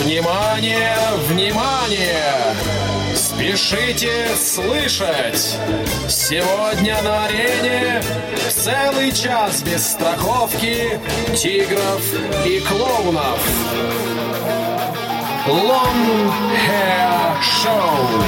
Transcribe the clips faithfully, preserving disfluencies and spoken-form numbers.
Внимание, внимание! Спешите слышать! Сегодня на арене целый час без страховки, тигров и клоунов. Long Hair Show.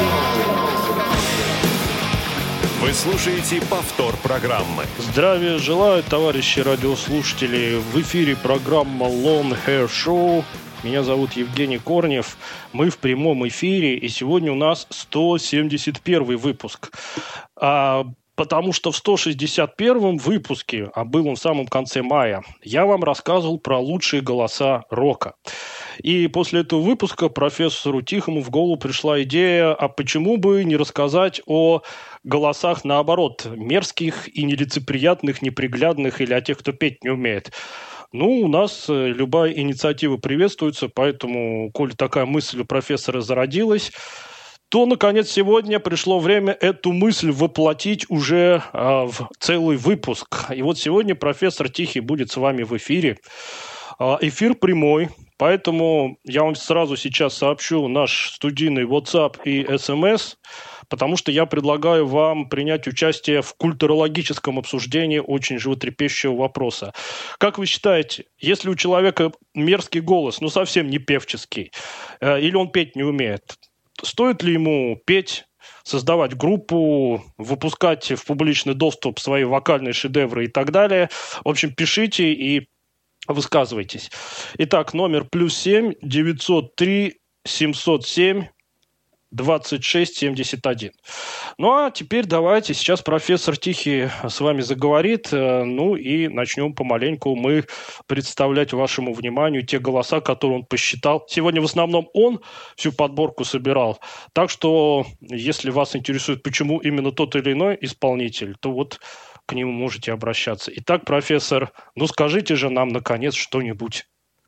Вы слушаете повтор программы. Здравия желаю, товарищи радиослушатели. В эфире программа Long Hair Show. Меня зовут Евгений Корнев. Мы в прямом эфире, и сегодня у нас сто семьдесят первый выпуск. А, потому что в сто шестьдесят первом выпуске, а был он в самом конце мая, я вам рассказывал про лучшие голоса рока. И после этого выпуска профессору Тихому в голову пришла идея, а почему бы не рассказать о голосах, наоборот, мерзких и нелицеприятных, неприглядных, или о тех, кто петь не умеет. Ну, у нас любая инициатива приветствуется, поэтому, коль такая мысль у профессора зародилась, то, наконец, сегодня пришло время эту мысль воплотить уже а, в целый выпуск. И вот сегодня профессор Тихий будет с вами в эфире. А, эфир прямой, поэтому я вам сразу сейчас сообщу наш студийный WhatsApp и эс эм эс, потому что я предлагаю вам принять участие в культурологическом обсуждении очень животрепещущего вопроса. Как вы считаете, если у человека мерзкий голос, ну совсем не певческий, э, или он петь не умеет, стоит ли ему петь, создавать группу, выпускать в публичный доступ свои вокальные шедевры и так далее? В общем, пишите и высказывайтесь. Итак, номер плюс семь девятьсот три семьсот семь двадцать шесть семьдесят один. Ну, а теперь давайте, сейчас профессор Тихий с вами заговорит, ну и начнем помаленьку мы представлять вашему вниманию те голоса, которые он посчитал. Сегодня в основном он всю подборку собирал, так что, если вас интересует, почему именно тот или иной исполнитель, то вот к нему можете обращаться. Итак, профессор, ну скажите же нам, наконец, что-нибудь.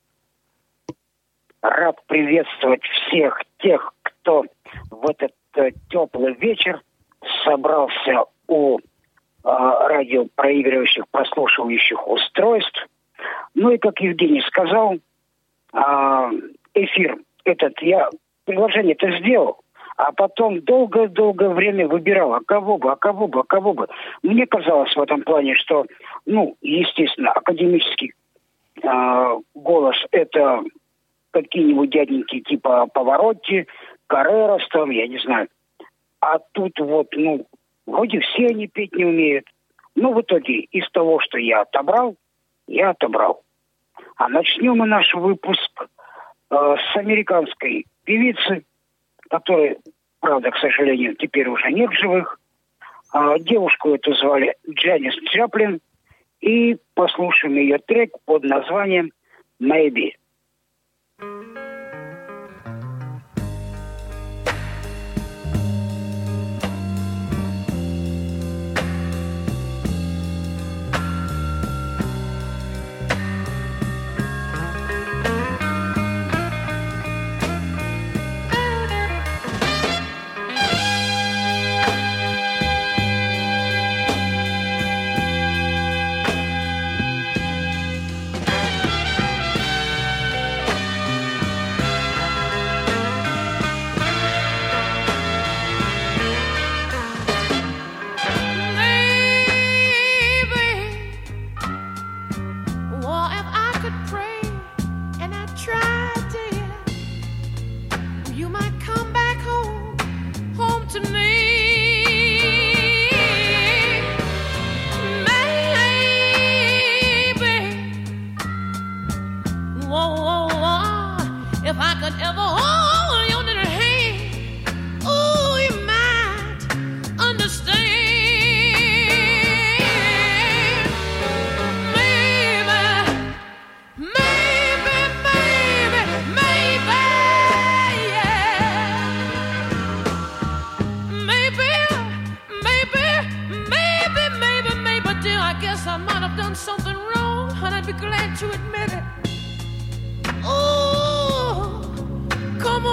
Рад приветствовать всех тех, кто в этот э, теплый вечер собрался у э, радиопроигрывающих, прослушивающих устройств. Ну и, как Евгений сказал, э, эфир этот, я предложение-то сделал, а потом долгое-долгое время выбирал, а кого бы, а кого бы, а кого бы. Мне казалось в этом плане, что, ну, естественно, академический э, голос – это какие-нибудь дяденьки типа Паваротти, Каррерас, там, я не знаю. А тут вот, ну, вроде все они петь не умеют. Ну, в итоге, из того, что я отобрал, я отобрал. А начнем мы наш выпуск э, с американской певицы, которой, правда, к сожалению, теперь уже нет в живых. Э, девушку эту звали Джанис Джоплин. И послушаем ее трек под названием «Maybe». Come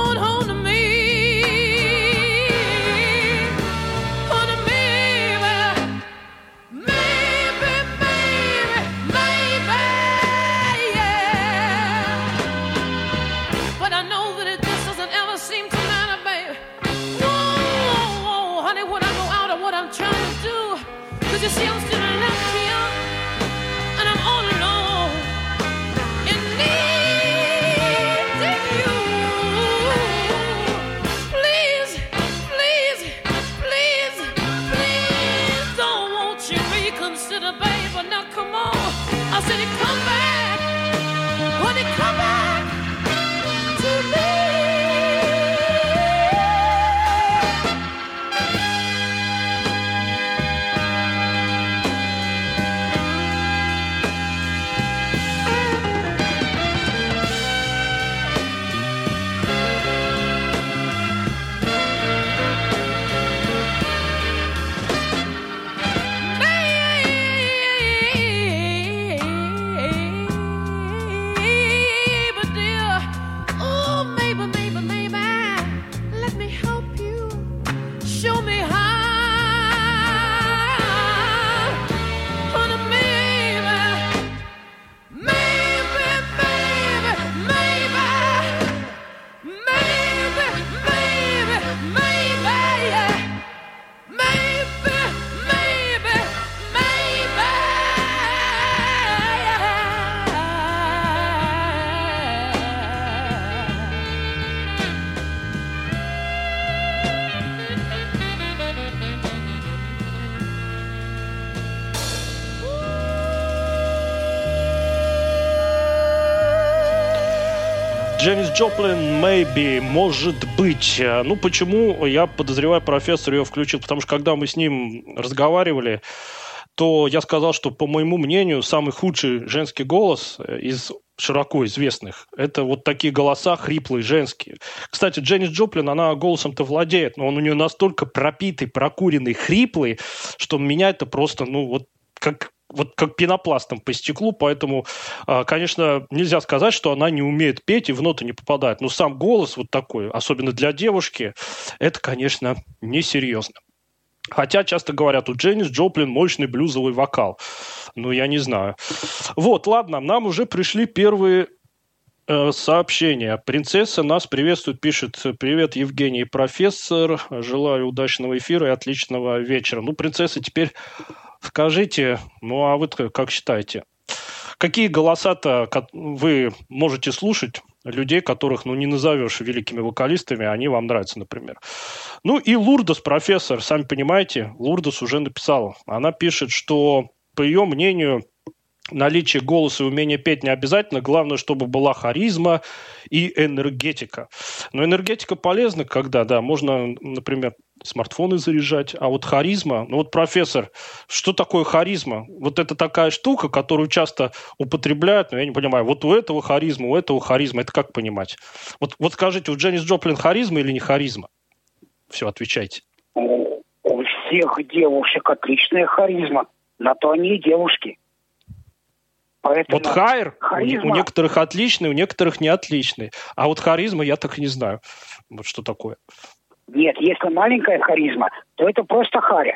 Дженнис Джоплин, maybe, может быть. Ну, почему я подозреваю, профессор ее включил? Потому что когда мы с ним разговаривали, то я сказал, что, по моему мнению, самый худший женский голос из широко известных – это вот такие голоса хриплые, женские. Кстати, Дженнис Джоплин, она голосом-то владеет, но он у нее настолько пропитый, прокуренный, хриплый, что меня это просто, ну, вот как... вот как пенопластом по стеклу, поэтому, конечно, нельзя сказать, что она не умеет петь и в ноты не попадает. Но сам голос вот такой, особенно для девушки, это, конечно, несерьезно. Хотя часто говорят, у Дженнис Джоплин мощный блюзовый вокал. Ну, я не знаю. Вот, ладно, нам уже пришли первые э, сообщения. Принцесса нас приветствует, пишет: «Привет, Евгений, профессор. Желаю удачного эфира и отличного вечера». Ну, принцесса, теперь... Скажите, ну а вы как считаете, какие голоса-то вы можете слушать людей, которых, ну, не назовешь великими вокалистами, они вам нравятся, например? Ну и Лурдос, профессор, сами понимаете, Лурдос уже написала. Она пишет, что, по ее мнению, наличие голоса и умение петь не обязательно. Главное, чтобы была харизма и энергетика. Но энергетика полезна, когда, да, можно, например, смартфоны заряжать. А вот харизма... Ну вот, профессор, что такое харизма? Вот это такая штука, которую часто употребляют, но я не понимаю. Вот у этого харизма, у этого харизма. Это как понимать? Вот, вот скажите, у Дженнис Джоплин харизма или не харизма? Все, отвечайте. У, у всех девушек отличная харизма. На то они и девушки. Поэтому вот хайр харизма... у некоторых отличный, у некоторых не отличный. А вот харизма я так и не знаю. Вот что такое. Нет, если маленькая харизма, то это просто харя.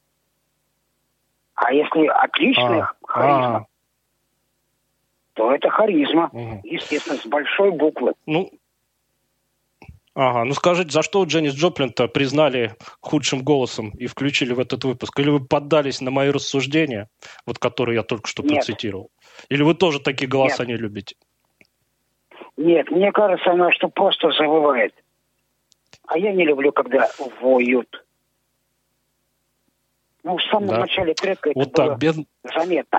А если отличная а, харизма, а. то это харизма. Угу. Естественно, с большой буквы. Ну, ага, ну скажите, за что Дженнис Джоплин-то признали худшим голосом и включили в этот выпуск? Или вы поддались на мои рассуждения, вот которые я только что Нет. процитировал? Или вы тоже такие голоса Нет. не любите? Нет, мне кажется, она что просто завывает. А я не люблю, когда воют. Ну, в самом да. начале трека это вот было так, бед... заметно.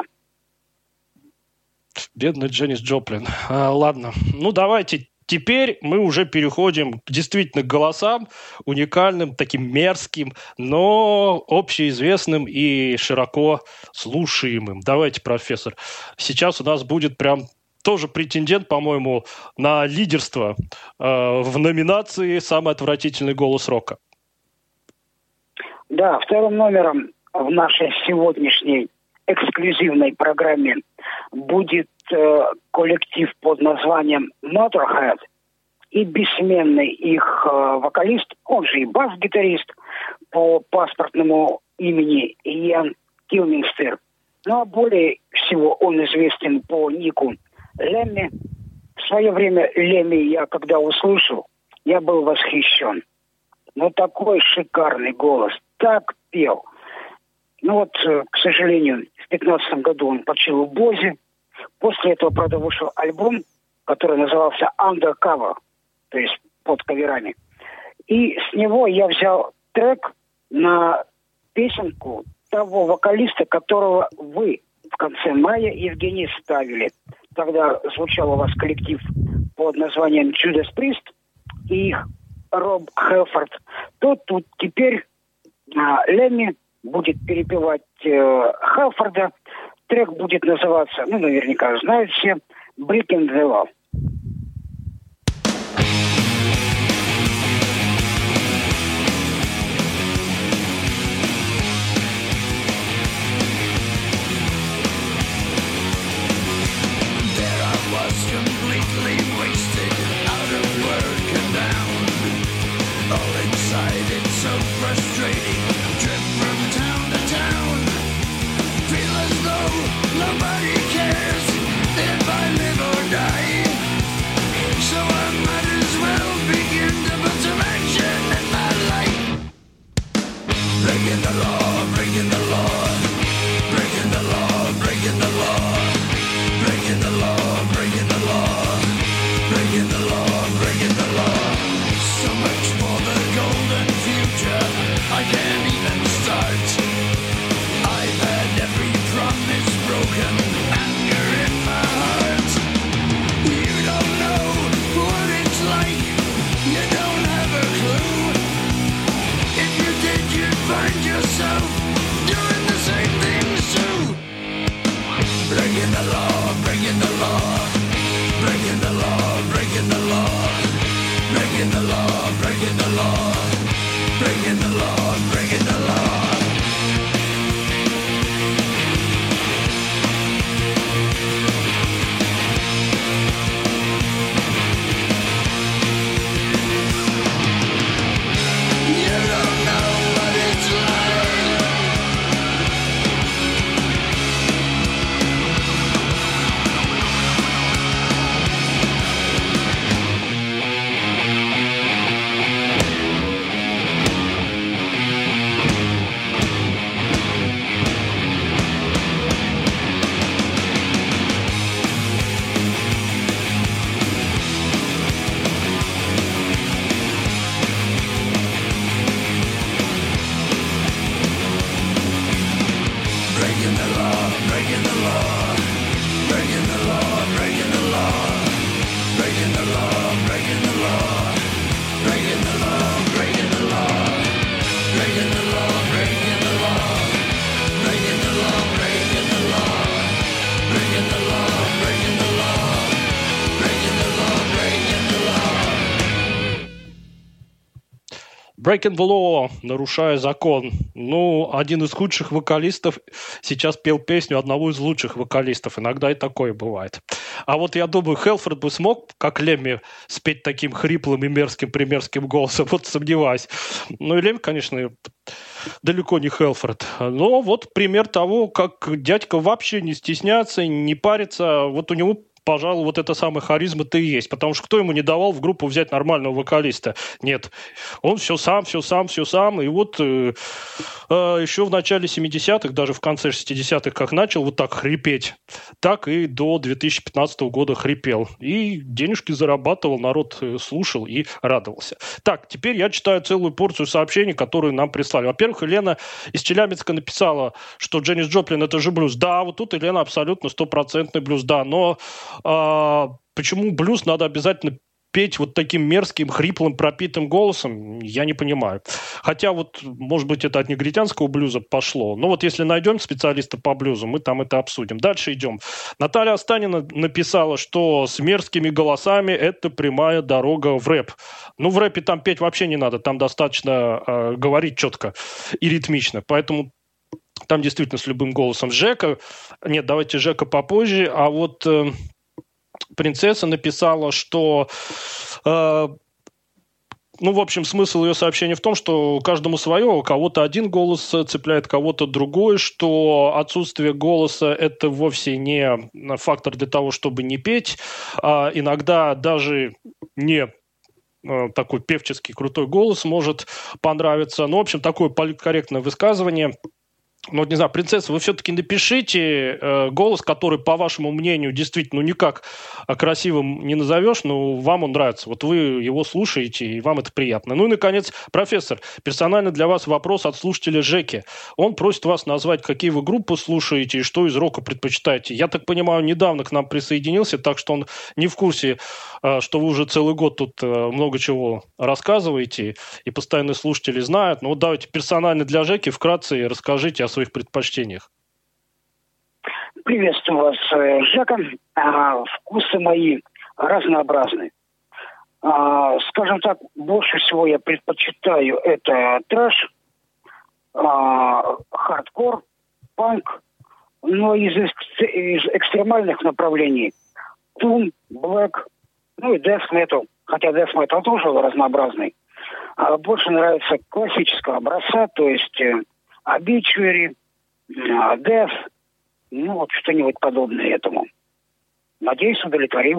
Бедный Дженнис Джоплин. А, ладно, ну давайте теперь мы уже переходим к действительно голосам, уникальным, таким мерзким, но общеизвестным и широко слушаемым. Давайте, профессор. Сейчас у нас будет прям... тоже претендент, по-моему, на лидерство э, в номинации «Самый отвратительный голос рока». Да, вторым номером в нашей сегодняшней эксклюзивной программе будет э, коллектив под названием Motorhead и бессменный их э, вокалист, он же и бас-гитарист по паспортному имени Иэн Килминстер. Ну а более всего он известен по нику Лемми. В свое время Лемми я когда услышал, я был восхищен. Но такой шикарный голос, так пел. Ну вот, к сожалению, в пятнадцатом году он почил в Бозе. После этого, правда, вышел альбом, который назывался Undercover, то есть под каверами. И с него я взял трек на песенку того вокалиста, которого вы в конце мая, Евгений, ставили. Тогда звучал у вас коллектив под названием Judas Priest и их Роб Хелфорд. То тут теперь а, Лемми будет перепевать э, Хелфорда. Трек будет называться, ну, наверняка знают все, Breaking the Law. Frustrating, trip from town to town. Feel as though nobody cares if I live or die. So I might as well begin to put some action in my life. Breaking the law, breaking the law, breaking the law, breaking the law, breaking the law, breaking the law. breaking the law, breaking the law, breaking the law. You don't know what it's like. Breaking the law, breaking the law, breaking the law, breaking the law, breaking the law, breaking the law, breaking the law, breaking the law, breaking the law, breaking the law, breaking the law, breaking the law, breaking the law, breaking the law, breaking the law, breaking the law. Breaking the Law, нарушая закон. Ну, один из худших вокалистов сейчас пел песню одного из лучших вокалистов. Иногда и такое бывает. А вот я думаю, Хелфорд бы смог, как Лемми, спеть таким хриплым и мерзким примерским голосом. Вот сомневаюсь. Ну и Лемми, конечно, далеко не Хелфорд. Но вот пример того, как дядька вообще не стесняется, не парится. Вот у него, пожалуй, вот эта самая харизма-то и есть. Потому что кто ему не давал в группу взять нормального вокалиста? Нет. Он все сам, все сам, все сам. И вот э, э, еще в начале семидесятых, даже в конце шестидесятых, как начал вот так хрипеть, так и до две тысячи пятнадцатого года хрипел. И денежки зарабатывал, народ слушал и радовался. Так, теперь я читаю целую порцию сообщений, которые нам прислали. Во-первых, Елена из Челябинска написала, что Дженнис Джоплин – это же блюз. Да, вот тут Елена абсолютно стопроцентный блюз, да, но а, почему блюз надо обязательно петь вот таким мерзким, хриплым, пропитым голосом, я не понимаю. Хотя вот, может быть, это от негритянского блюза пошло. Но вот если найдем специалиста по блюзу, мы там это обсудим. Дальше идем. Наталья Останина написала, что с мерзкими голосами это прямая дорога в рэп. Ну, в рэпе там петь вообще не надо. Там достаточно э, говорить четко и ритмично. Поэтому там действительно с любым голосом. Жека... Нет, давайте Жека попозже. А вот... Э, Принцесса написала, что, э, ну, в общем, смысл ее сообщения в том, что каждому свое, у кого-то один голос цепляет, кого-то другой, что отсутствие голоса – это вовсе не фактор для того, чтобы не петь, а иногда даже не э, такой певческий крутой голос может понравиться. Ну, в общем, такое политкорректное высказывание. Ну, вот, не знаю, принцесса, вы все-таки напишите э, голос, который, по вашему мнению, действительно, ну, никак красивым не назовешь, но вам он нравится. Вот вы его слушаете, и вам это приятно. Ну и, наконец, профессор, персонально для вас вопрос от слушателя Жеки. Он просит вас назвать, какие вы группы слушаете и что из рока предпочитаете. Я так понимаю, недавно к нам присоединился, так что он не в курсе, э, что вы уже целый год тут э, много чего рассказываете, и постоянные слушатели знают. Ну, вот давайте персонально для Жеки вкратце расскажите о своих предпочтениях. Приветствую вас, Жека. А, вкусы мои разнообразны. А, скажем так, больше всего я предпочитаю это трэш, а, хардкор, панк, но из, экс- из экстремальных направлений тун, блэк, ну и death metal, хотя death metal тоже разнообразный. А, больше нравится классического образца, то есть Obituary, Death, ну вот что-нибудь подобное этому. Надеюсь, удовлетворил.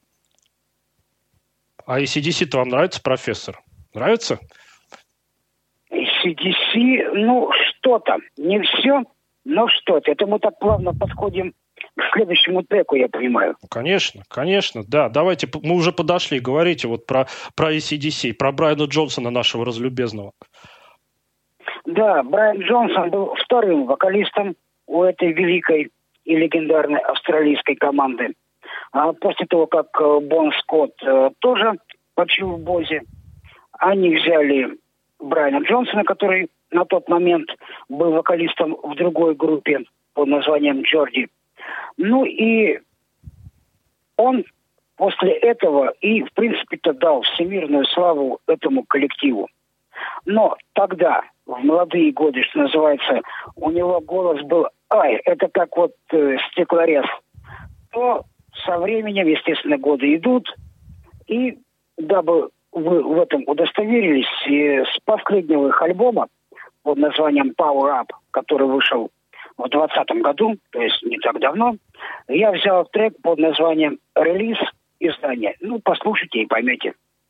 А эй си ди си-то вам нравится, профессор? Нравится? эй си ди си, ну что-то, не все, но что-то. Это мы так плавно подходим к следующему треку, я понимаю. Конечно, конечно, да. Давайте, мы уже подошли, говорите вот про, про эй си ди си, про Брайана Джонсона, нашего разлюбезного. Да, Брайан Джонсон был вторым вокалистом у этой великой и легендарной австралийской команды. А после того, как Бон Скотт тоже почил в Бозе, они взяли Брайана Джонсона, который на тот момент был вокалистом в другой группе под названием Джорди. Ну и он после этого и, в принципе-то, дал всемирную славу этому коллективу. Но тогда, в молодые годы, что называется, у него голос был «Ай, это как вот э, стеклорез». То со временем, естественно, годы идут, и дабы вы в этом удостоверились, э, с последнего их альбома под названием «Power Up», который вышел в двадцатом году, то есть не так давно, я взял трек под названием «Релиз» издания. Ну, послушайте и поймете.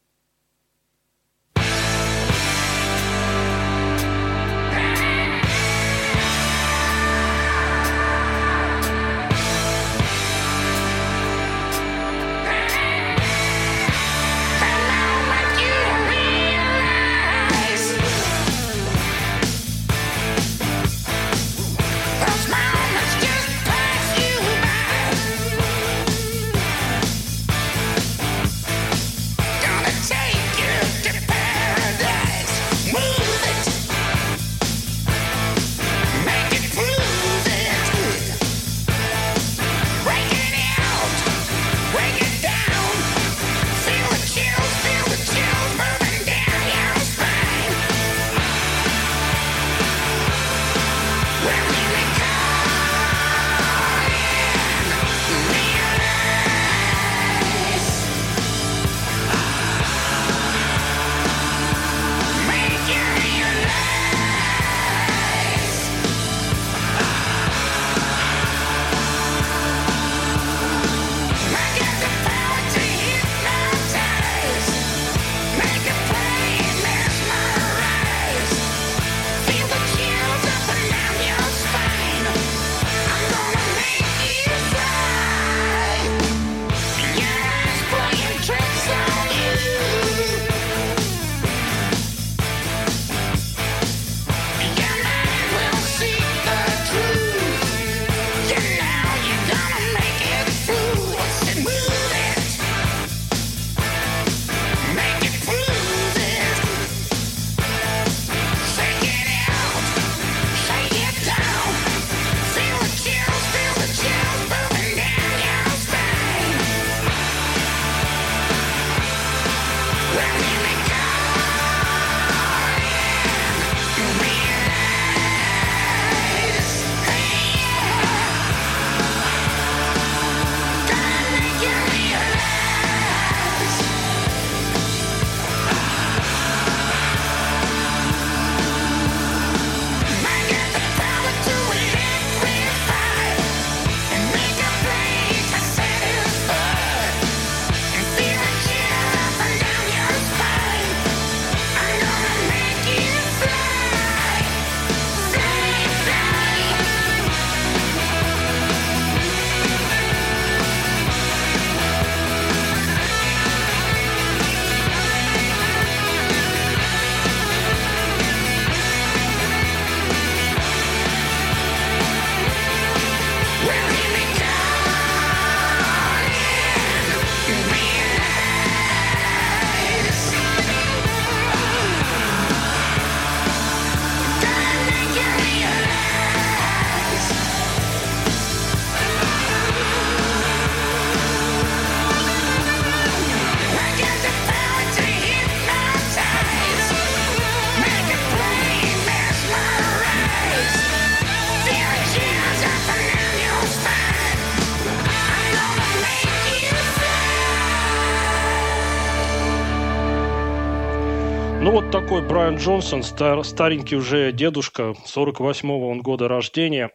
Ну вот такой Брайан Джонсон, стар, старенький уже дедушка, сорок восьмого он года рождения.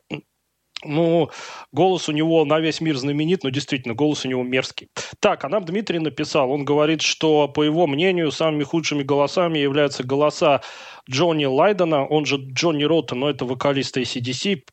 Ну, голос у него на весь мир знаменит, но действительно, голос у него мерзкий. Так, а нам Дмитрий написал, он говорит, что, по его мнению, самыми худшими голосами являются голоса Джонни Лайдена, он же Джонни Роттен, но это вокалист эй си/ди си,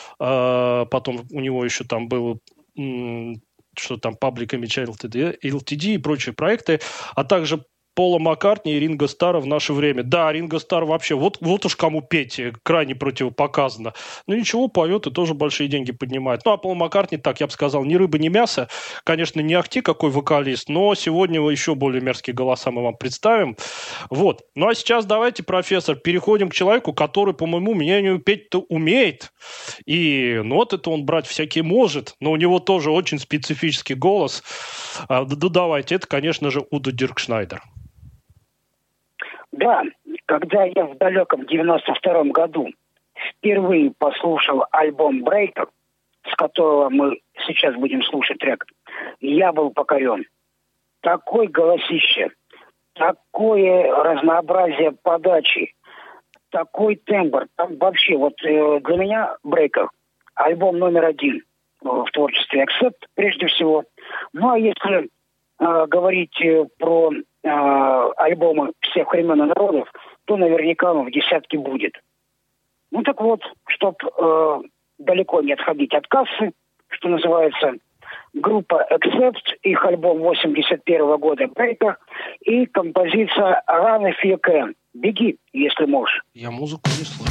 а, потом у него еще там был... что там Public Image эл ти ди и прочие проекты, а также Пола Маккартни и Ринго Старра в наше время. Да, Ринго Старр вообще, вот, вот уж кому петь крайне противопоказано. Ну ничего, поет и тоже большие деньги поднимает. Ну а Пол Маккартни, так я бы сказал, ни рыба, ни мясо. Конечно, не ахти какой вокалист, но сегодня еще более мерзкие голоса мы вам представим. Вот. Ну а сейчас давайте, профессор, переходим к человеку, который, по моему мнению, петь-то умеет. И ноты-то он брать всякие может, но у него тоже очень специфический голос. А, да, давайте, это, конечно же, Удо Диркшнайдер. Да, когда я в далеком девяносто втором году впервые послушал альбом «Breaker», с которого мы сейчас будем слушать трек, я был покорен. Такой голосище, такое разнообразие подачи, такой тембр. Там вообще, вот э, для меня «Breaker» альбом номер один в творчестве Accept, прежде всего. Ну, а если э, говорить э, про э, альбомы всех времен и народов, то наверняка он в десятке будет. Ну, так вот, чтобы э, далеко не отходить от кассы, что называется, группа Accept, их альбом восемьдесят первого года «Breaker» и композиция «Run if you can». «Беги, если можешь». Я музыку не слышу.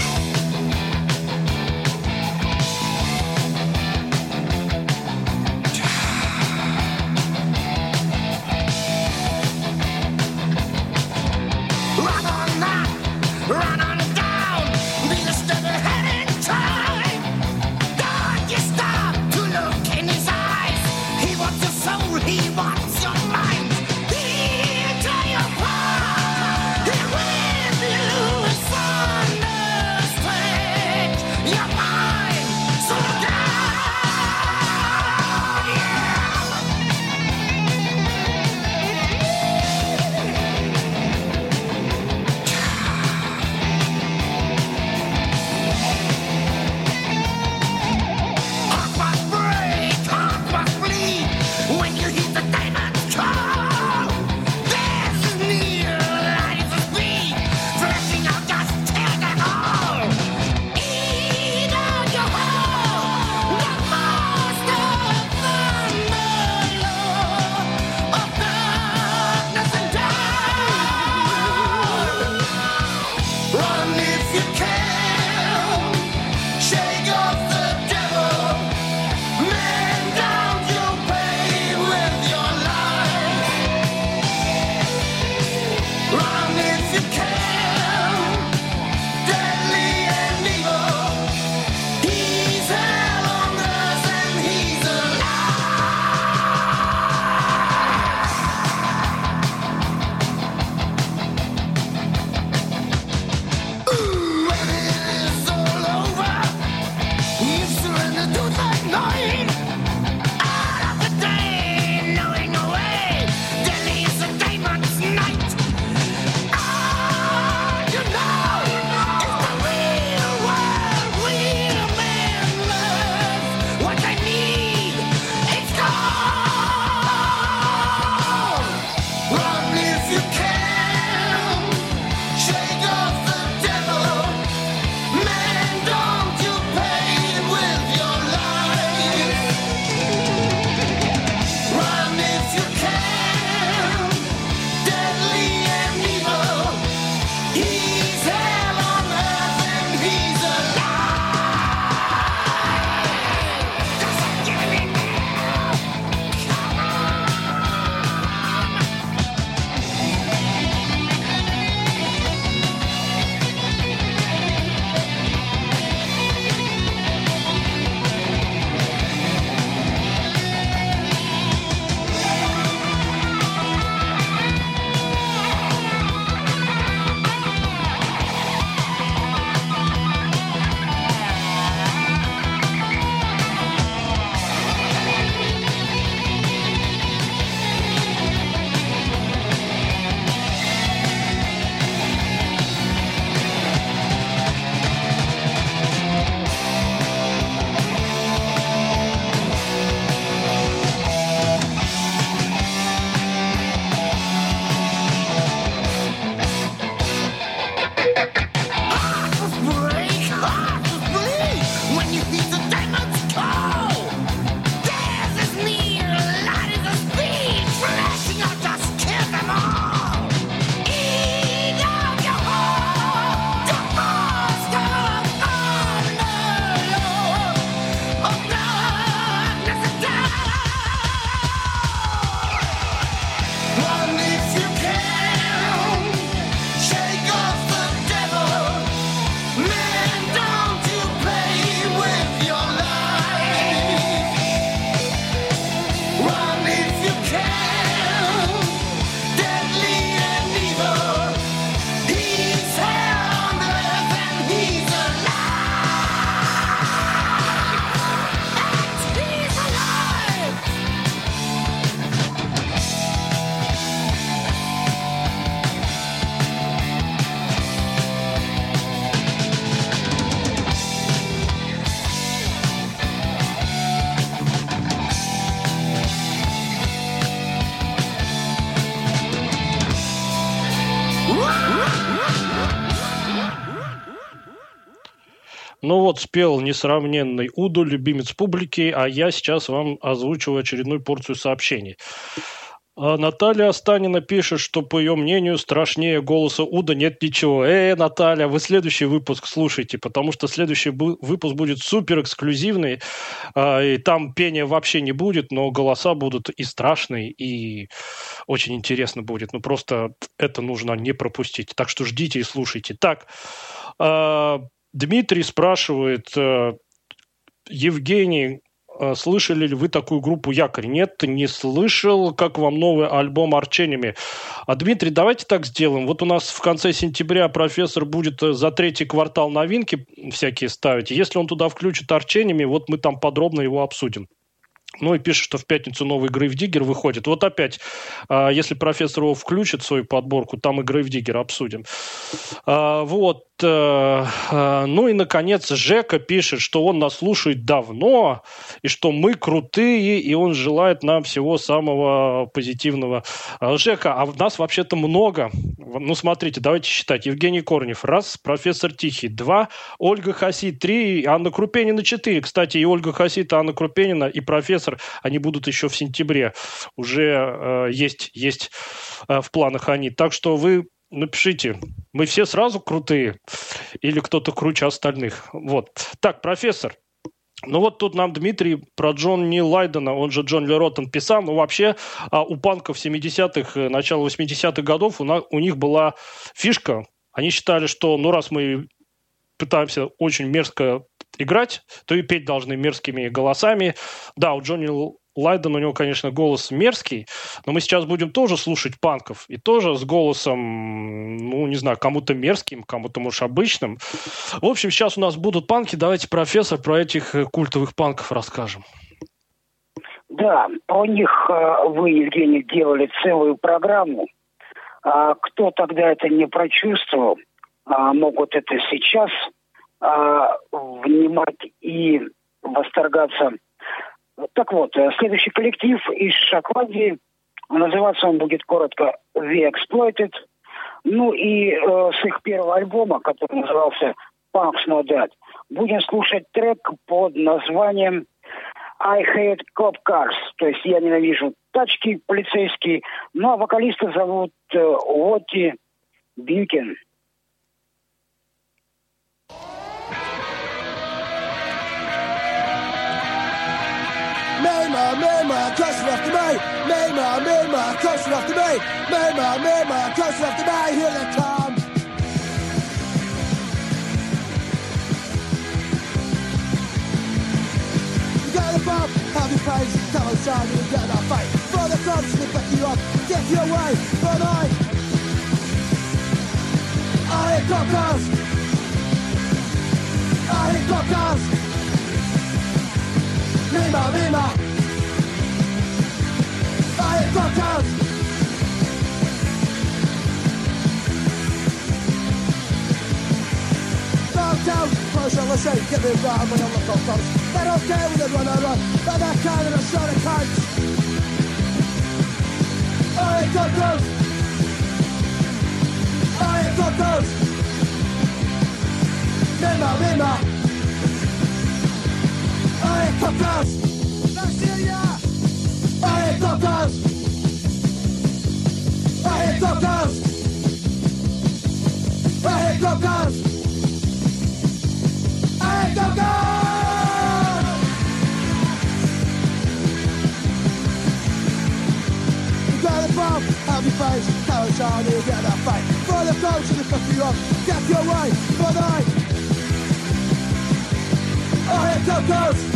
When you hit the diamond car Ну вот, спел несравненный Удо, любимец публики, а я сейчас вам озвучиваю очередную порцию сообщений. А Наталья Останина пишет, что, по ее мнению, страшнее голоса Уда нет ничего. Э, Наталья, вы следующий выпуск слушайте, потому что следующий бу- выпуск будет супер эксклюзивный, а, и там пения вообще не будет, но голоса будут и страшные, и очень интересно будет. Ну, просто это нужно не пропустить. Так что ждите и слушайте. Так, а, Дмитрий спрашивает, а, Евгений, а, слышали ли вы такую группу «Якорь»? Нет, не слышал. Как вам новый альбом «Арчениями»? А, Дмитрий, давайте так сделаем. Вот у нас в конце сентября профессор будет за третий квартал новинки всякие ставить. Если он туда включит «Арчениями», вот мы там подробно его обсудим. Ну и пишет, что в пятницу новый Грейвдиггер выходит. Вот опять, а, если профессор его включит в свою подборку, там и Грейвдиггер обсудим. А, вот. а, а, ну и, наконец, Жека пишет, что он нас слушает давно, и что мы крутые, и он желает нам всего самого позитивного. А, Жека, а нас вообще-то много. Ну, смотрите, давайте считать. Евгений Корнев, раз, профессор Тихий, два, Ольга Хасид, три, Анна Крупенина, четыре. Кстати, и Ольга Хасид, и Анна Крупенина, и профессор, они будут еще в сентябре. Уже э, есть, есть э, в планах они. Так что вы напишите, мы все сразу крутые или кто-то круче остальных. Вот. Так, профессор. Ну вот тут нам Дмитрий про Джонни Лайдена, он же Джон Ли Роттен, писал. Ну вообще а, у панков семидесятых, начала восьмидесятых годов у, на, у них была фишка. Они считали, что ну раз мы пытаемся очень мерзко играть, то и петь должны мерзкими голосами. Да, у Джонни Лайдена, у него, конечно, голос мерзкий, но мы сейчас будем тоже слушать панков, и тоже с голосом, ну, не знаю, кому-то мерзким, кому-то, может, обычным. В общем, сейчас у нас будут панки, давайте, профессор, про этих культовых панков расскажем. Да, про них вы, Евгений, делали целую программу. Кто тогда это не прочувствовал, могут это сейчас внимать и восторгаться. Так вот, следующий коллектив из Шотландии, называться он будет коротко The Exploited. Ну и э, с их первого альбома, который назывался Punks No Dead, будем слушать трек под названием I Hate Cop Cars, то есть я ненавижу тачки полицейские. Ну а вокалиста зовут э, Уотти Бьюкен. Mema, mema, closer after me. Mema, mema, closer after me. Mema, mema, closer after me. Here they come. You get the bump, have your face, come outside and you get that fight. For the cops, they pick you up, get you away. But I, I hate cop cars. I hate cop cars. Mima, Mima, I hate cop cars. Downtown, close on the same, get me round when I look on close. They don't care when they run and run, but they're carrying a shot of coats. I hate cop cars. I hate cop cars. Mima, Mima, I hate cop cars. I hate cop cars. I hate cop cars. I hate cop cars. I hate cop cars. You got a bomb, have your face, carrots on, you get that fight. For the coach and the fuck you up, get your way, but I I hate cop cars.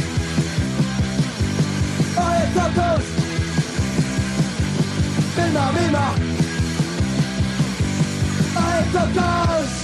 I hate cop cars. Mima, Mima, I hate cop cars.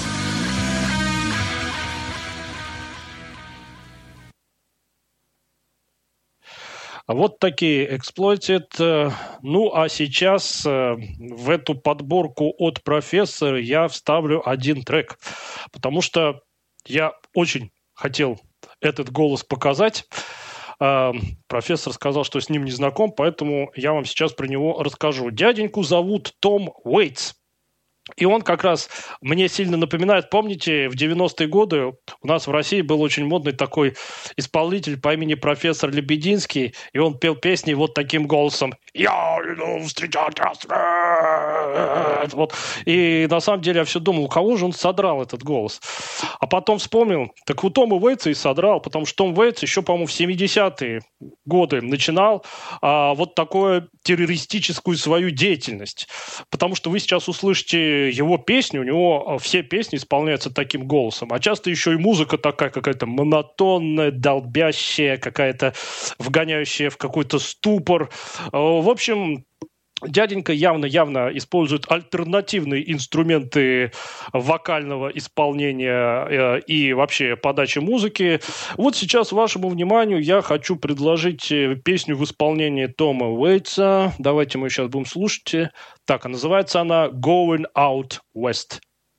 Вот такие Exploited. Ну, а сейчас в эту подборку от профессора я вставлю один трек, потому что я очень хотел этот голос показать. Профессор сказал, что с ним не знаком, поэтому я вам сейчас про него расскажу. Дяденьку зовут Том Уэйтс. И он как раз мне сильно напоминает, помните, в девяностые годы у нас в России был очень модный такой исполнитель по имени профессор Лебединский, и он пел песни вот таким голосом: «Я иду встречать рассвет». Вот. И на самом деле я все думал, у кого же он содрал этот голос? А потом вспомнил, так у Тома Уэйтса и содрал, потому что Том Уэйтс еще, по-моему, в семидесятые годы начинал а, вот такую террористическую свою деятельность. Потому что вы сейчас услышите его песни, у него все песни исполняются таким голосом, а часто еще и музыка такая какая-то монотонная, долбящая, какая-то вгоняющая в какой-то ступор. В общем, дяденька явно-явно использует альтернативные инструменты вокального исполнения и вообще подачи музыки. Вот сейчас вашему вниманию я хочу предложить песню в исполнении Тома Уэйтса. Давайте мы сейчас будем слушать. Так, а называется она «Going Out West».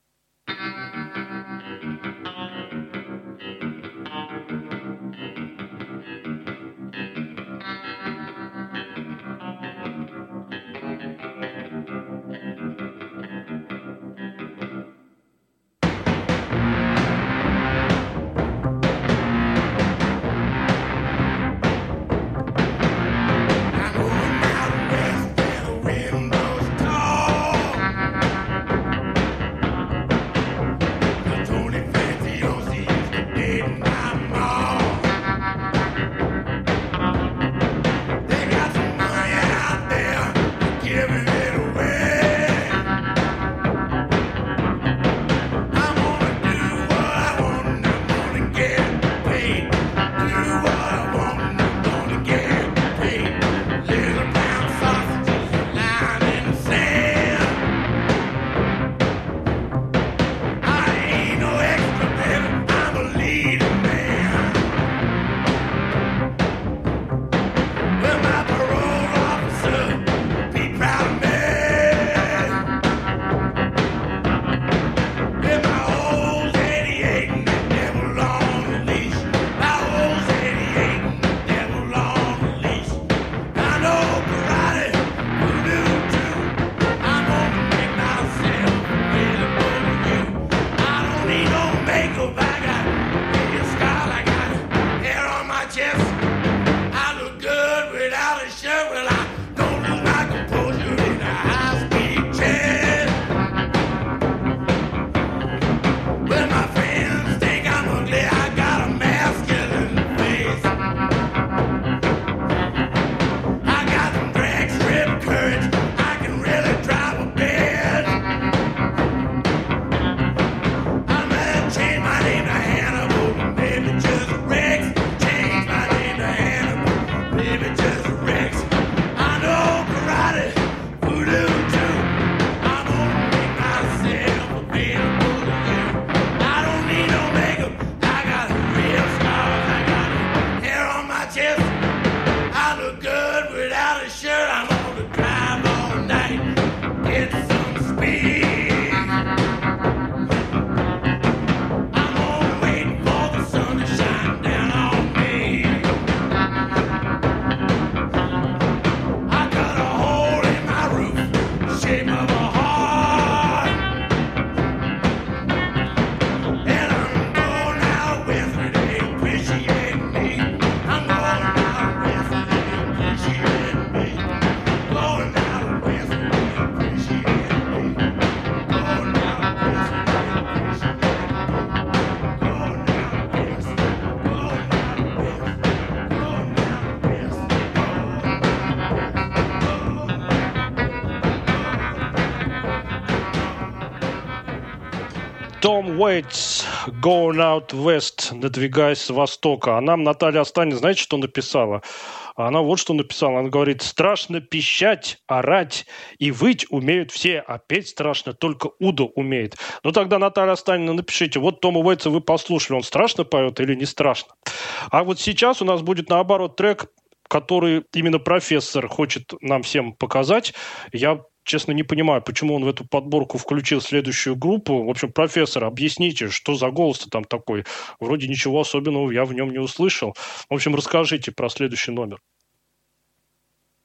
Том Уэйтс, Going Out West, надвигаясь с востока. А нам Наталья Останина, знаете, что написала? Она вот что написала. Она говорит: страшно пищать, орать и выть умеют все, а петь страшно только Удо умеет. Ну тогда, Наталья Останина, напишите, вот Тома Уэйтса вы послушали, он страшно поет или не страшно? А вот сейчас у нас будет наоборот трек, который именно профессор хочет нам всем показать. Я честно, не понимаю, почему он в эту подборку включил следующую группу. В общем, профессор, объясните, что за голос-то там такой? Вроде ничего особенного я в нем не услышал. В общем, расскажите про следующий номер.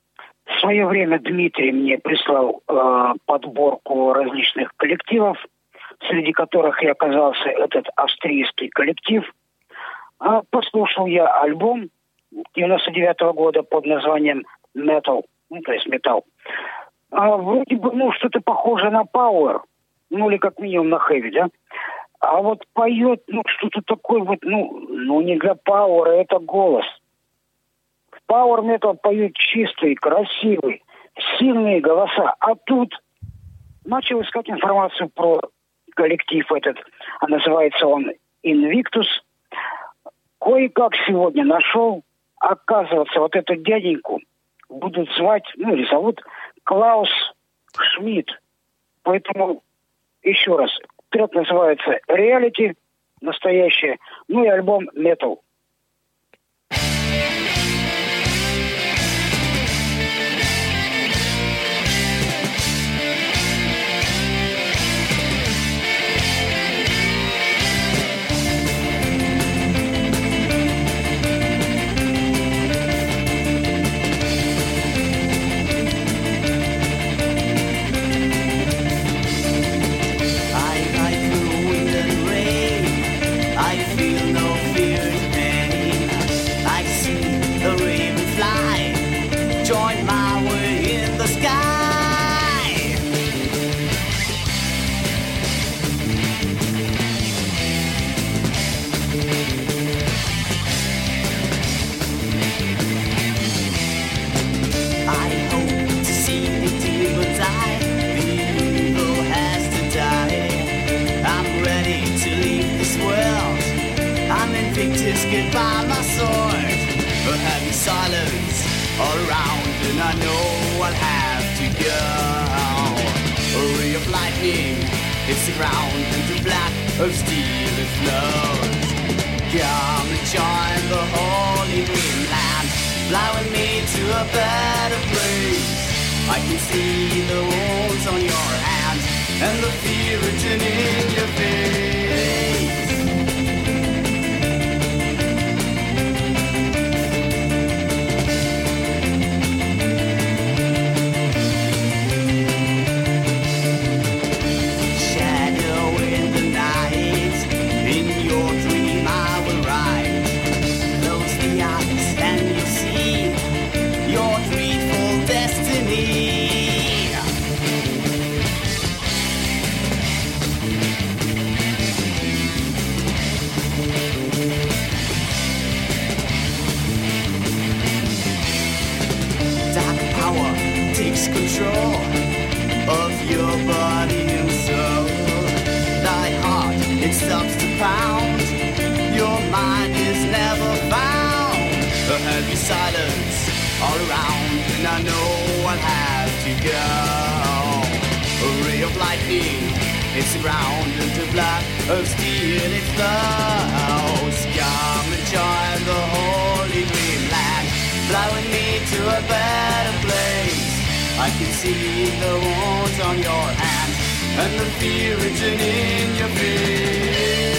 В свое время Дмитрий мне прислал э, подборку различных коллективов, среди которых и оказался этот австрийский коллектив. А послушал я альбом девяносто девятого года под названием Metal, ну, то есть металл. А вроде бы, ну, что-то похоже на Power, ну, или как минимум на Heavy, да? А вот поет, ну, что-то такое вот, ну, ну, не для Power, это голос. Power Metal поют чистый, красивый, сильные голоса. А тут начал искать информацию про коллектив этот. А называется он Invictus. Кое-как сегодня нашел. Оказывается, вот эту дяденьку будут звать, ну или зовут Клаус Шмидт. Поэтому еще раз. Трек называется Reality, настоящее. Ну и альбом Metal. Get by my sword, a heavy silence all around, and I know I'll have to go. A ray of lightning hits the ground, and the black of steel it flows. Come and join the holy dreamland, fly with me to a better place. I can see the wounds on your hands, and the fear written in your face. Control of your body and soul. Thy heart, it stops to pound. Your mind is never found. A heavy silence all around, and I know I'll have to go. A ray of lightning hits the ground, and the black of steel it flows. Come and join the holy dreamland, fly with me to a better place. I can see the wounds on your hands and the fear written in your face.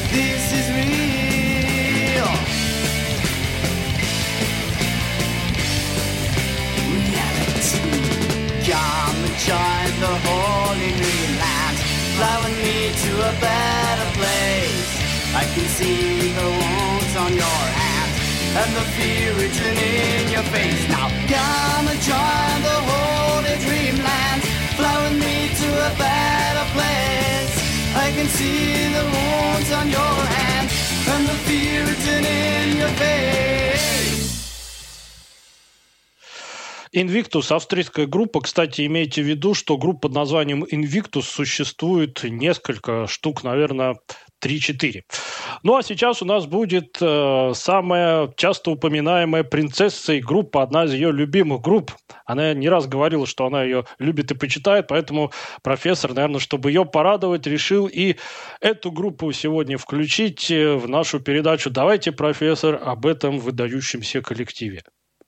this is real. Reality. Come and join the holy dreamland. Fly with me to a better place. I can see the wounds on your hands and the fear written in your face. Now come and join the holy dreamland. Fly with me to a better place. I can see the wounds on your hands and the fear written in your face. Invictus, австрийская группа. Кстати, имейте в виду, что групп под названием Invictus существует несколько штук, наверное, три-четыре. Ну, а сейчас у нас будет э, самая часто упоминаемая принцессой группа, одна из ее любимых групп. Она не раз говорила, что она ее любит и почитает, поэтому профессор, наверное, чтобы ее порадовать, решил и эту группу сегодня включить в нашу передачу. Давайте, профессор, об этом выдающемся коллективе.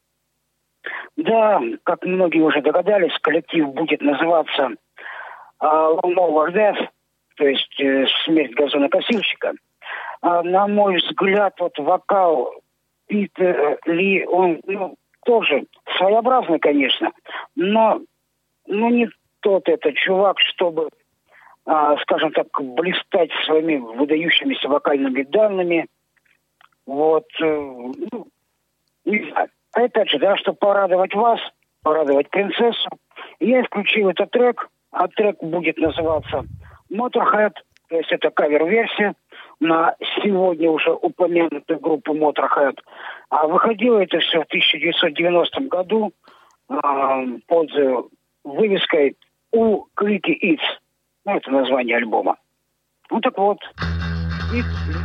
Да, как многие уже догадались, коллектив будет называться uh, Over Death, то есть э, смерть газонокосильщика. А, на мой взгляд, вот вокал Питера Ли, он ну, тоже своеобразный, конечно, но ну, не тот это чувак, чтобы, а, скажем так, блистать своими выдающимися вокальными данными. Вот, э, ну, не знаю. А опять же, да, чтобы порадовать вас, порадовать принцессу, я включил этот трек, а трек будет называться Motorhead, то есть это кавер-версия на сегодня уже упомянутую группу Motorhead. А выходило это все в тысяча девятьсот девяностом году э, под вывеской «У Клики Its». Ну, это название альбома. Ну так вот. И...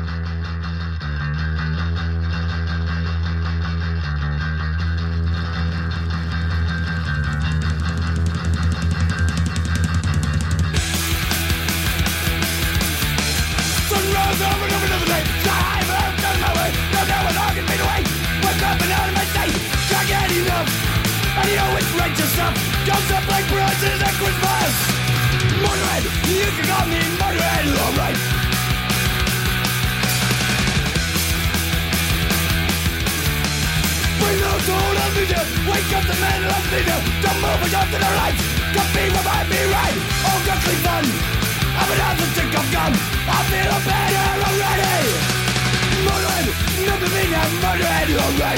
Over and over and over again. Time I've done my way. Now now I'm knocking me away. Wake up and out of my day. Can't get enough. And you know it's righteous stuff. Comes up like prices at Christmas. Motorhead, you can call me Motorhead, alright. Bring those soul of me to wake up the men of me to don't move us up to the right. Come be what might be right. All got clean fun. I'm an answer to come gun. I feel better already. Motorhead, remember me now, Motorhead, alright.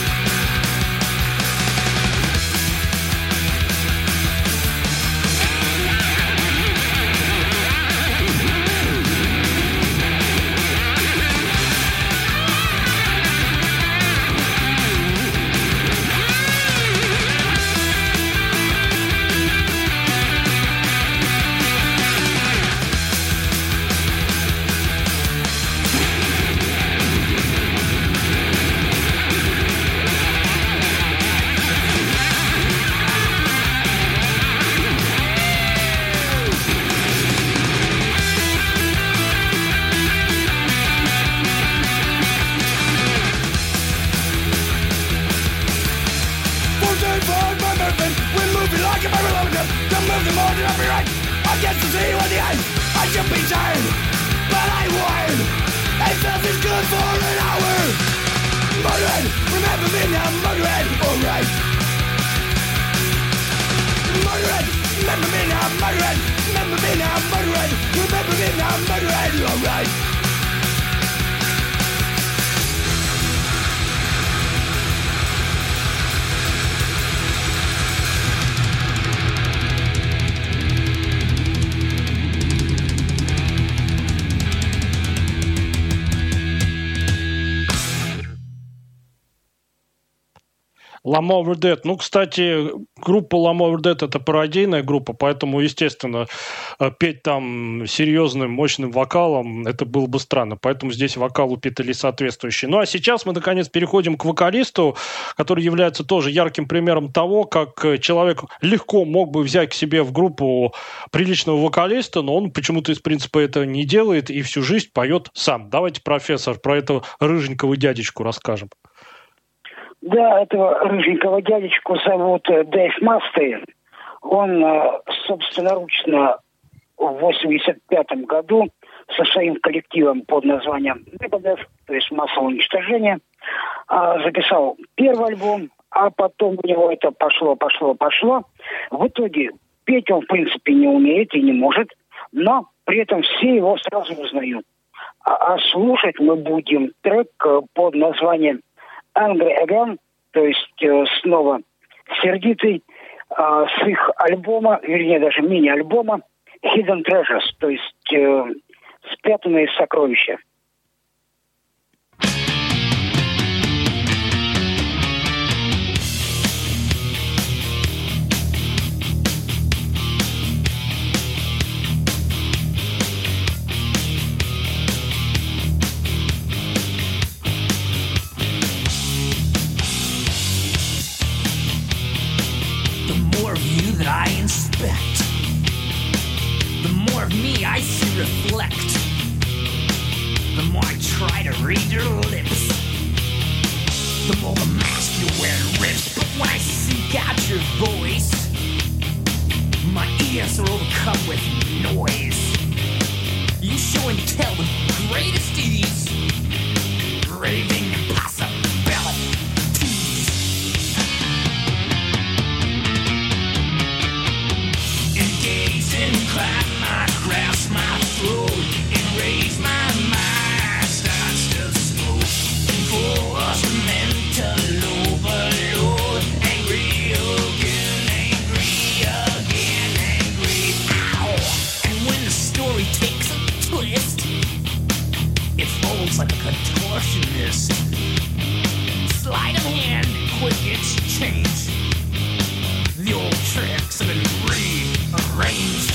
Lamb Over Dead. Ну, кстати, группа Lamb Over Dead – это пародийная группа, поэтому, естественно, петь там серьезным, мощным вокалом – это было бы странно. Поэтому здесь вокал у Питера Ли соответствующий. Ну, а сейчас мы, наконец, переходим к вокалисту, который является тоже ярким примером того, как человек легко мог бы взять к себе в группу приличного вокалиста, но он почему-то из принципа это не делает и всю жизнь поет сам. Давайте, профессор, про этого рыженького дядечку расскажем. Да, этого рыженького дядечку зовут Дэйв Мастейн. Он собственноручно в восемьдесят пятом году со своим коллективом под названием Megadeth, то есть массовое уничтожение. А, записал первый альбом, а потом у него это пошло, пошло, пошло. В итоге петь он, в принципе, не умеет и не может, но при этом все его сразу узнают. А, а слушать мы будем трек под названием Angry Again, то есть э, снова сердитый, э, с их альбома, вернее даже мини-альбома Hidden Treasures, то есть э, спрятанные сокровища. I inspect, the more of me I see reflect, the more I try to read your lips, the more the mask you wear rips. But when I seek out your voice, my ears are overcome with noise. You show and tell with greatest ease, raving impossibilities. Climb my, grasp my throat, and raise my mind, starts to smoke. Force mental overload, angry again, angry again, angry. Ow! And when the story takes a twist, it folds like a contortionist. Sleight of hand, quick exchange. The old tricks have been rearranged.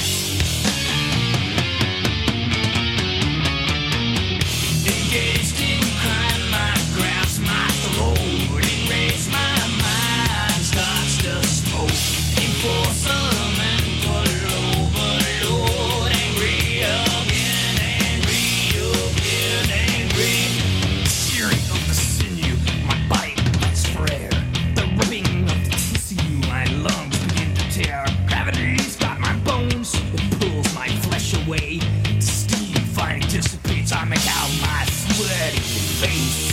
Engaged in crime, I grasp my throat and raise my mind, starts to smoke. Enforce a mental overload, angry again, angry again, angry. Shearing of the sinew, my body gets for air. The ripping of the tissue, my lungs begin to tear. Gravity's got my bones, it pulls my flesh away. Steam finally dissipates, I make out my sweaty face.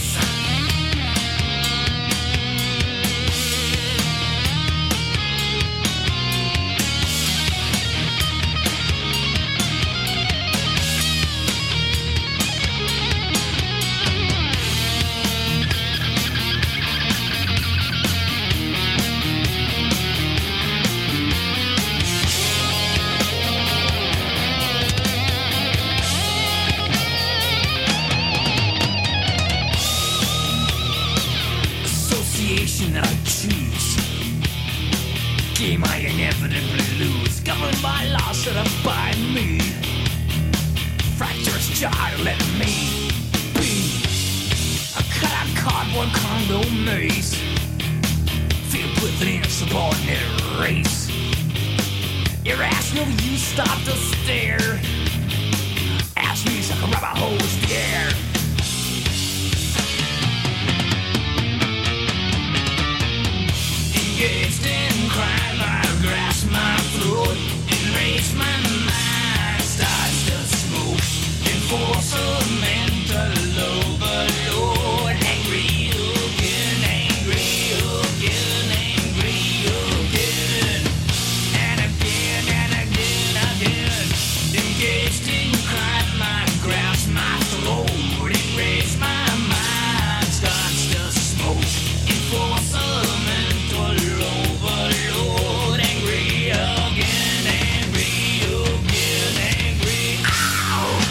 That I choose, game I inevitably lose, governed by laws set up by me. Fracturous jar let me be a cut-out cardboard condo maze, filled with an insubordinate race. Irrational, you stop to stare. Ask me like a rubber hose the air. Engaged in crime, I grasp my throat and raise my mind, starts to smoke. Enforce a mental overload, angry again, angry again, angry again, and again, and again, again. Engaged in crime, I grasp my throat and raise my mind, starts to smoke. Enforce a mental overload, angry again, angry again, angry. Ow!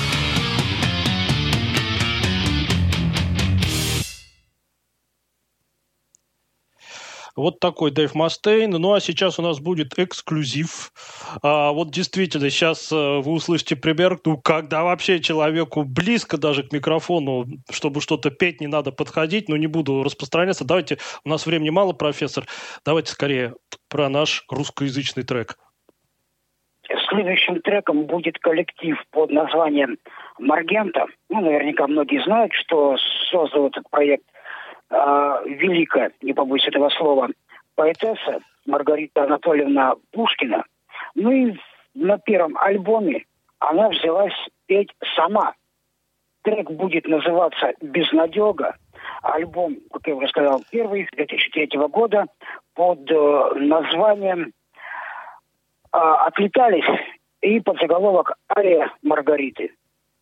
Вот такой Дэйв Мастейн. Ну, а сейчас у нас будет эксклюзив. А, вот действительно, сейчас а, вы услышите пример, ну, когда вообще человеку близко даже к микрофону, чтобы что-то петь, не надо подходить, но не буду распространяться. Давайте, у нас времени мало, профессор, давайте скорее про наш русскоязычный трек. Следующим треком будет коллектив под названием «Маргента». Ну, наверняка многие знают, что создал этот проект э, великая, не побоюсь этого слова, поэтесса Маргарита Анатольевна Пушкина. Ну и на первом альбоме она взялась петь сама. Трек будет называться «Безнадега». Альбом, как я уже сказал, первый, две тысячи третьего года, под э, названием э, «Отлетались» и под заголовок «Ария Маргариты».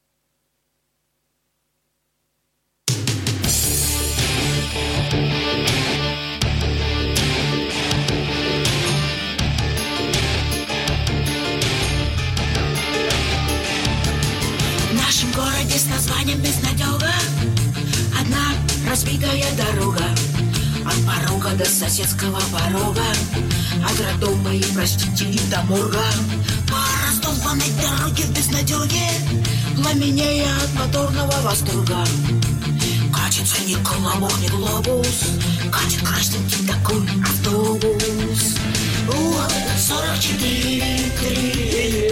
В нашем городе с названием «Безнадега» одна разбитая дорога от порога до соседского порога, от роддома и, простите, и до морга. По раздолбанной дороге в безнадеге, пламенея от моторного восторга, катится ни колобок, ни глобус, катит красненький такой автобус. У, сорок четыре три.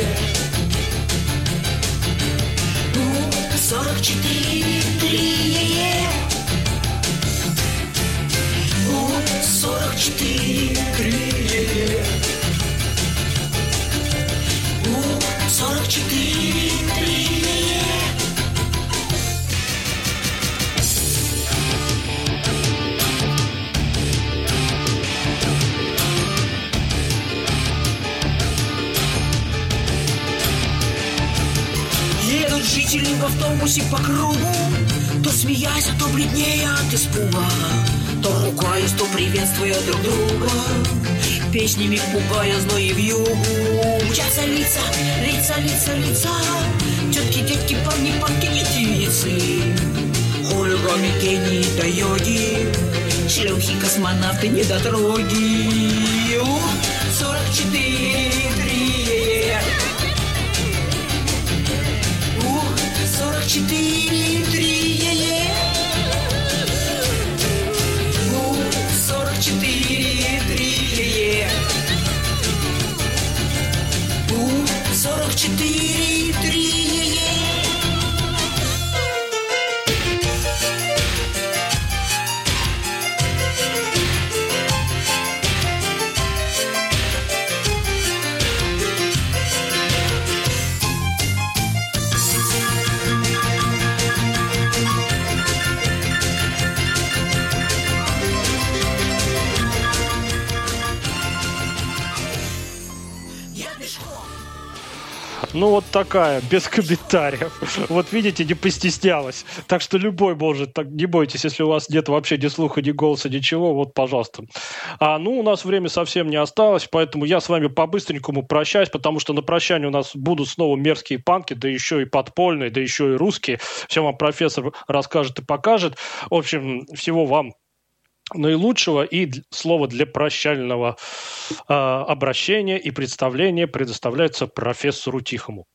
Сорок четыре три. Сорок четыре три. Сорок четыре три. Едут жители в автобусе по кругу, то смеясь, а то бледнее от испуга, то ругаясь, то приветствуя друг друга, песнями пугая зной и вьюгу. Мчатся лица, лица, лица, лица, тетки, детки, парни, парни и девицы, хулиганы, гении да йоги, шлюхи, космонавты, недотроги. Сорок четыре три. Сорок четыре три. Сорок четыре три. Сорок четыре три. Ну вот такая, без комментариев. Вот видите, не постеснялась. Так что любой может, так не бойтесь, если у вас нет вообще ни слуха, ни голоса, ничего, вот, пожалуйста. А, ну, у нас время совсем не осталось, поэтому я с вами по-быстренькому прощаюсь, потому что на прощание у нас будут снова мерзкие панки, да еще и подпольные, да еще и русские. Все вам профессор расскажет и покажет. В общем, всего вам наилучшего, и слово для прощального э, обращения и представления предоставляется профессору Тихому.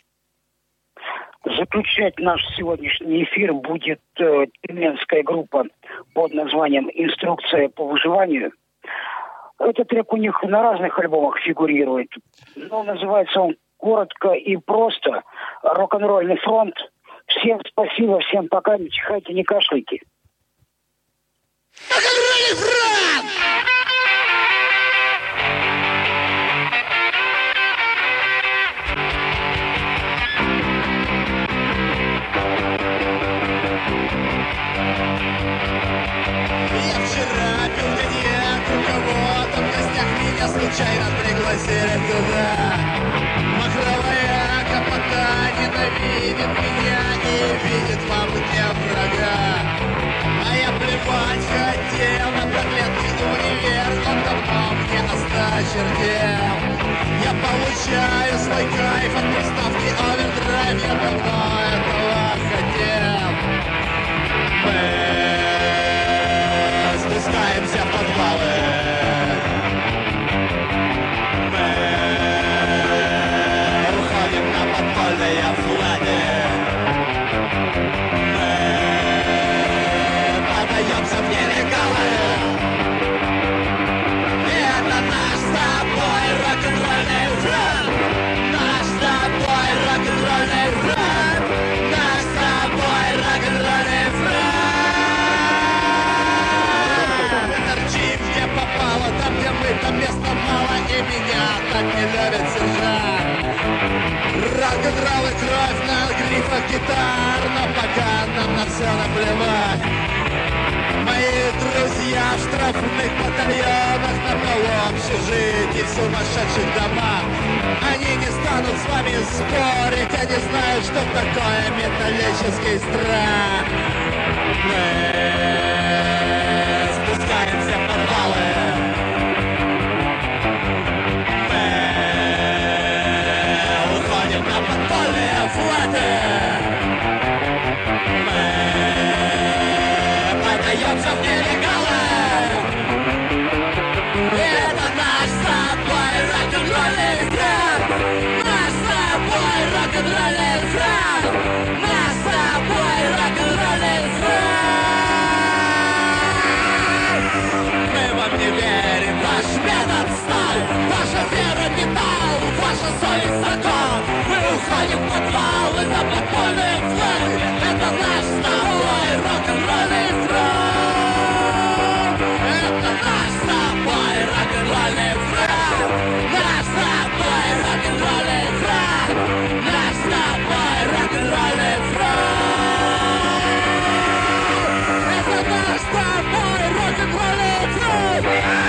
Заключать наш сегодняшний эфир будет э, тюменская группа под названием «Инструкция по выживанию». Этот трек у них на разных альбомах фигурирует, но называется он коротко и просто «Рок-н-ролльный фронт». Всем спасибо, всем пока, не чихайте, не кашляйте. Рок-н-ролльный фронт! Я вчера пил коньяк у кого-то в гостях, меня случайно пригласили туда. Махровая капота ненавидит меня, не видит во мне врага. А я плевать хотел на проклятый универ, он давно мне осточертел. Я получаю свой кайф от приставки овердрайв, я давно этого хотел. Мы спускаемся в подвалы, мы уходим на подпольные фланы. Подаемся в нелегалы. Это наш с тобой рок-н-ролльный фронт. Наш с тобой рок-н-ролльный фронт. все наплевать. Мои друзья в штрафных батальонах, на полу общежитий, в сумасшедших домах. Они не станут с вами спорить, они знают, что такое металлический страх. Мы спускаемся в подвалы. Мы уходим на подпольные флоты. Мы подаемся в нелегалы. Это наш с тобой рок-н-ролльный рэп. Наш с тобой рок-н-ролльный рэп. Наш с тобой рок-н-ролльный рэп. Мы вам не верим, ваш метод сталь, ваша вера металл, ваша совесть закон. Мы уходим в подвалы на подпольные флаги. Это наш с тобой рок-н-ролльный рэп. Это наш с тобой рок-н-ролльный рэп. Наш с тобой рок-н-ролльный рэп. Наш с тобой рок-н-ролльный рэп. Это наш с тобой рок-н-ролльный рэп.